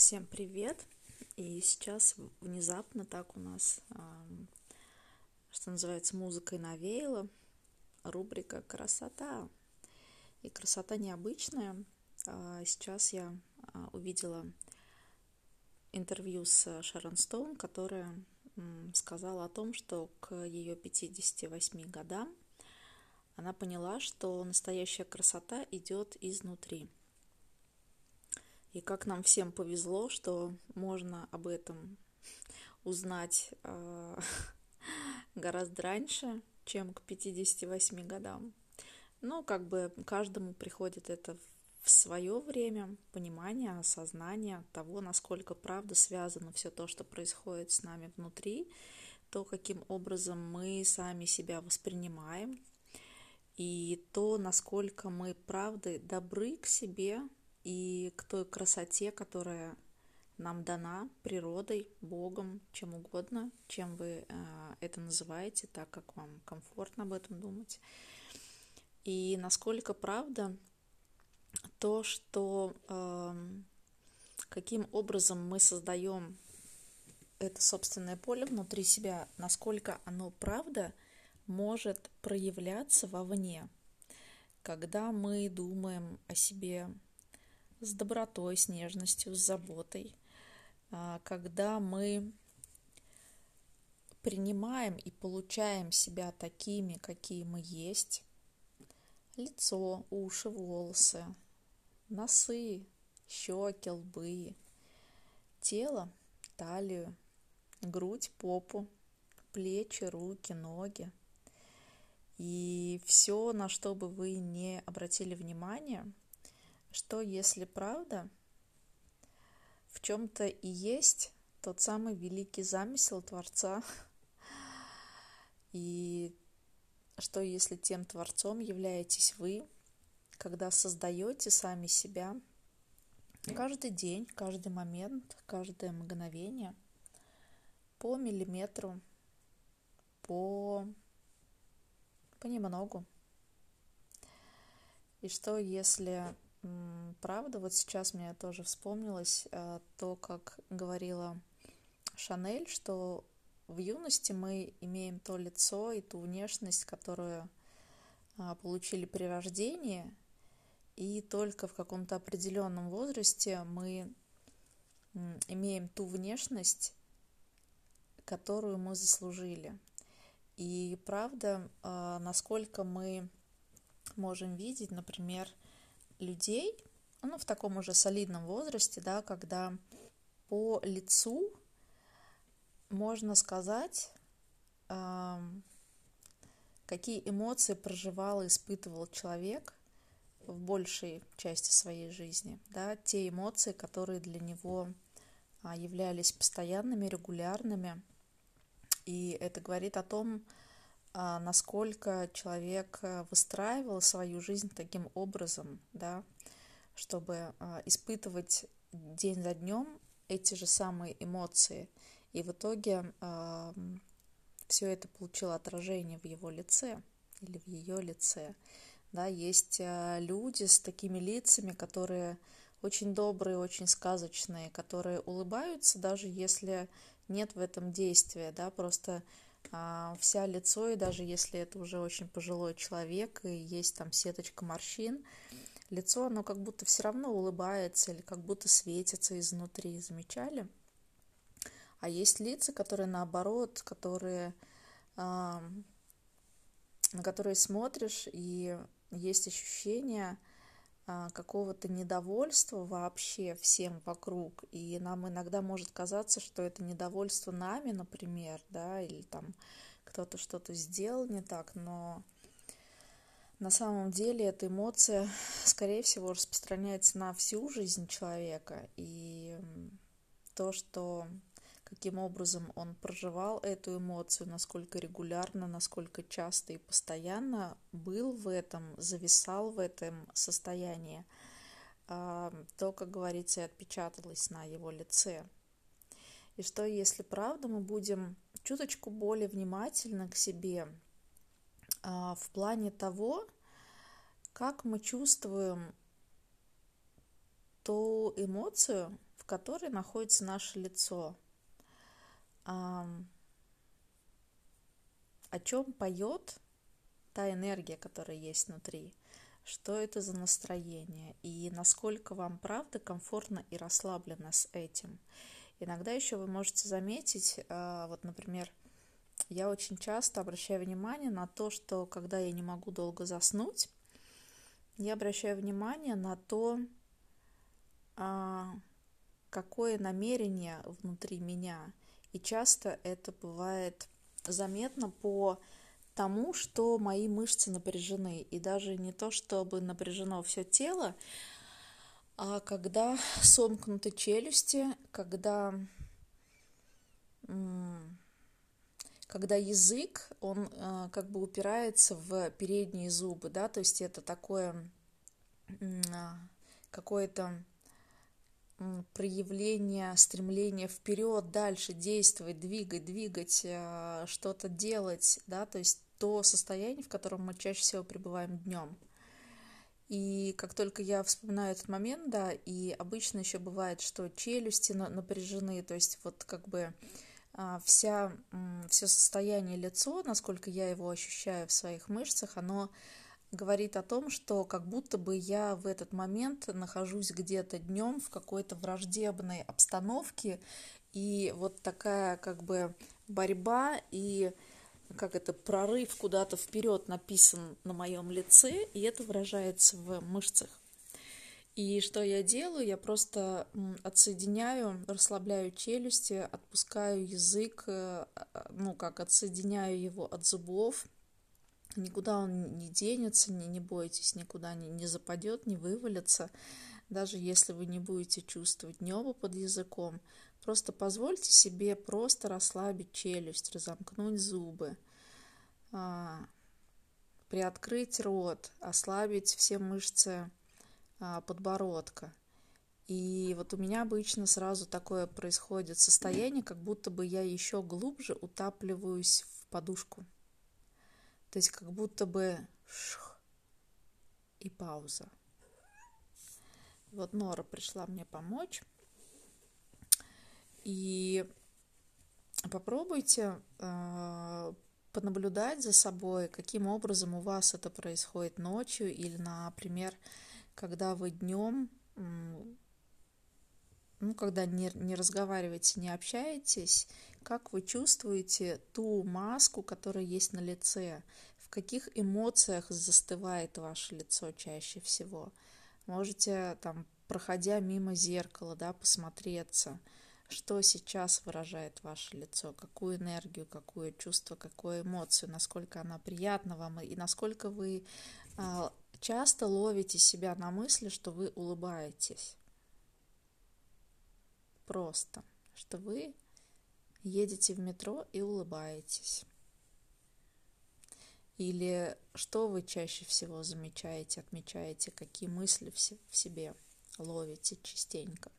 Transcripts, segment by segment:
Всем привет! И сейчас внезапно так у нас, что называется, музыкой навеяло, рубрика «Красота». И красота необычная. Сейчас я увидела интервью с Шерон Стоун, которая сказала о том, что к ее 58 годам она поняла, что настоящая красота идет изнутри. И как нам всем повезло, что можно об этом узнать гораздо раньше, чем к 58 годам. Но каждому приходит это в свое время, понимание, осознание того, насколько правда связано все то, что происходит с нами внутри, то, каким образом мы сами себя воспринимаем, и то, насколько мы правда добры к себе и к той красоте, которая нам дана природой, Богом, чем угодно, чем вы это называете, так как вам комфортно об этом думать. И насколько правда то, что каким образом мы создаем это собственное поле внутри себя, насколько оно правда может проявляться вовне, когда мы думаем о себе с добротой, с нежностью, с заботой, когда мы принимаем и получаем себя такими, какие мы есть, лицо, уши, волосы, носы, щеки, лбы, тело, талию, грудь, попу, плечи, руки, ноги. И все, на что бы вы не обратили внимание, что если правда в чем-то и есть тот самый великий замысел Творца, и что если тем Творцом являетесь вы, когда создаете сами себя каждый день, каждый момент, каждое мгновение по миллиметру, понемногу. И что если правда, вот сейчас мне тоже вспомнилось то, как говорила Шанель, что в юности мы имеем то лицо и ту внешность, которую получили при рождении, и только в каком-то определенном возрасте мы имеем ту внешность, которую мы заслужили. И правда, насколько мы можем видеть, например, людей, в таком уже солидном возрасте, да, когда по лицу можно сказать, какие эмоции проживал и испытывал человек в большей части своей жизни, да, те эмоции, которые для него являлись постоянными, регулярными. И это говорит о том, насколько человек выстраивал свою жизнь таким образом, да, чтобы испытывать день за днем эти же самые эмоции. И в итоге все это получило отражение в его лице или в ее лице. Да, есть люди с такими лицами, которые очень добрые, очень сказочные, которые улыбаются, даже если нет в этом действия, да, просто вся лицо, и даже если это уже очень пожилой человек, и есть там сеточка морщин, лицо, оно как будто все равно улыбается или как будто светится изнутри, замечали? А есть лица, которые наоборот, на которые смотришь, и есть ощущение какого-то недовольства вообще всем вокруг. И нам иногда может казаться, что это недовольство нами, например, да, или там кто-то что-то сделал не так, но на самом деле эта эмоция, скорее всего, распространяется на всю жизнь человека. И то, каким образом он проживал эту эмоцию, насколько регулярно, насколько часто и постоянно был в этом, зависал в этом состоянии, то, как говорится, и отпечаталось на его лице. И что если правда мы будем чуточку более внимательны к себе в плане того, как мы чувствуем ту эмоцию, в которой находится наше лицо. О чем поет та энергия, которая есть внутри, что это за настроение и насколько вам правда комфортно и расслабленно с этим. Иногда еще вы можете заметить, вот, например, я очень часто обращаю внимание на то, что когда я не могу долго заснуть, я обращаю внимание на то, какое намерение внутри меня. И часто это бывает заметно по тому, что мои мышцы напряжены. И даже не то, чтобы напряжено все тело, а когда сомкнуты челюсти, когда язык, он как бы упирается в передние зубы, да, то есть это такое какое-то проявление, стремление вперед, дальше действовать, двигать, что-то делать, да, то есть то состояние, в котором мы чаще всего пребываем днем. И как только я вспоминаю этот момент, да, и обычно еще бывает, что челюсти напряжены, то есть вот как бы все состояние лица, насколько я его ощущаю в своих мышцах, оно говорит о том, что как будто бы я в этот момент нахожусь где-то днем в какой-то враждебной обстановке, и вот такая как бы борьба и прорыв куда-то вперед написан на моем лице, и это выражается в мышцах. И что я делаю? Я просто отсоединяю, расслабляю челюсти, отпускаю язык, отсоединяю его от зубов. Никуда он не денется, не бойтесь, никуда не западет, не вывалится. Даже если вы не будете чувствовать небо под языком, просто позвольте себе просто расслабить челюсть, разомкнуть зубы, приоткрыть рот, ослабить все мышцы подбородка. И вот у меня обычно сразу такое происходит состояние, как будто бы я еще глубже утапливаюсь в подушку. То есть как будто бы и пауза. Вот Нора пришла мне помочь. И попробуйте понаблюдать за собой, каким образом у вас это происходит ночью или, например, когда вы днем, когда не разговариваете, не общаетесь, как вы чувствуете ту маску, которая есть на лице, в каких эмоциях застывает ваше лицо чаще всего. Можете, проходя мимо зеркала, да, посмотреться, что сейчас выражает ваше лицо, какую энергию, какое чувство, какую эмоцию, насколько она приятна вам и насколько вы часто ловите себя на мысли, что вы улыбаетесь. Просто, что вы едете в метро и улыбаетесь. Или что вы чаще всего замечаете, отмечаете, какие мысли в себе ловите частенько.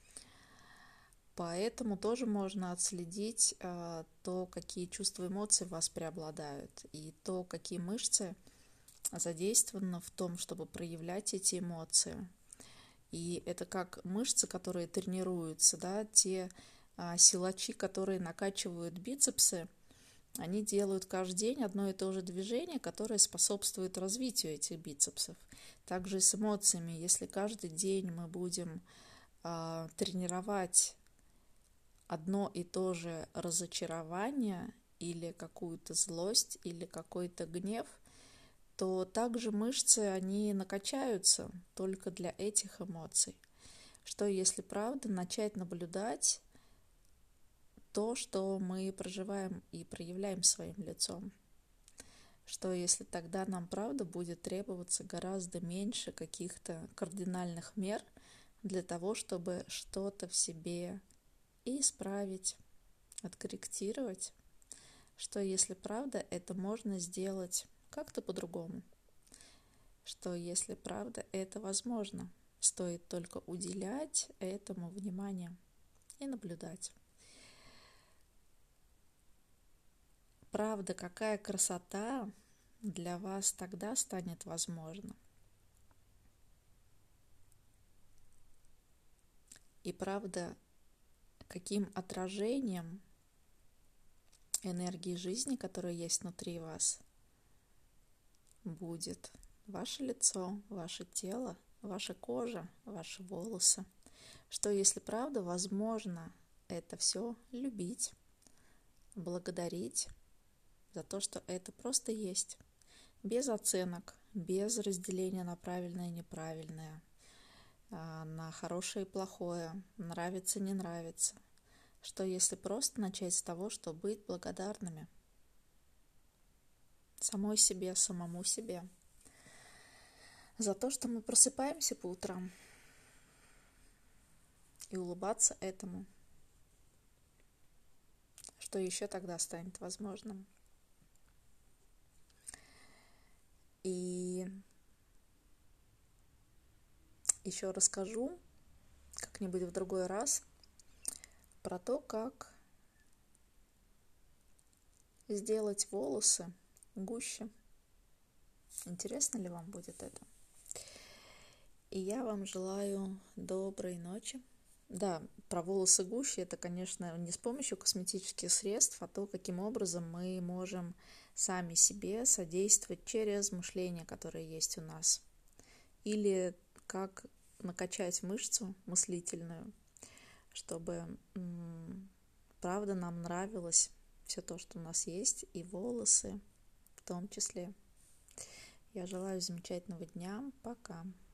Поэтому тоже можно отследить то, какие чувства и эмоции у вас преобладают, и то, какие мышцы задействованы в том, чтобы проявлять эти эмоции. И это как мышцы, которые тренируются, да, те силачи, которые накачивают бицепсы, они делают каждый день одно и то же движение, которое способствует развитию этих бицепсов. Также и с эмоциями. Если каждый день мы будем тренировать одно и то же разочарование или какую-то злость или какой-то гнев, то также мышцы, они накачаются только для этих эмоций. Что если правда начать наблюдать то, что мы проживаем и проявляем своим лицом? Что если тогда нам правда будет требоваться гораздо меньше каких-то кардинальных мер для того, чтобы что-то в себе исправить, откорректировать? Что если правда это можно сделать как-то по-другому? Что если правда это возможно? Стоит только уделять этому внимание и наблюдать. Правда, какая красота для вас тогда станет возможна? И правда, каким отражением энергии жизни, которая есть внутри вас, будет ваше лицо, ваше тело, ваша кожа, ваши волосы. Что если правда возможно это все любить, благодарить за то, что это просто есть, без оценок, без разделения на правильное и неправильное, на хорошее и плохое, нравится, не нравится. Что если просто начать с того, что быть благодарными самой себе, самому себе, за то, что мы просыпаемся по утрам, и улыбаться этому, что еще тогда станет возможным. И еще расскажу как-нибудь в другой раз про то, как сделать волосы гуще. Интересно ли вам будет это? И я вам желаю доброй ночи. Да, про волосы гуще это, конечно, не с помощью косметических средств, а то, каким образом мы можем сами себе содействовать через мышление, которое есть у нас. Или как накачать мышцу мыслительную, чтобы правда нам нравилось все то, что у нас есть, и волосы в том числе. Я желаю замечательного дня. Пока.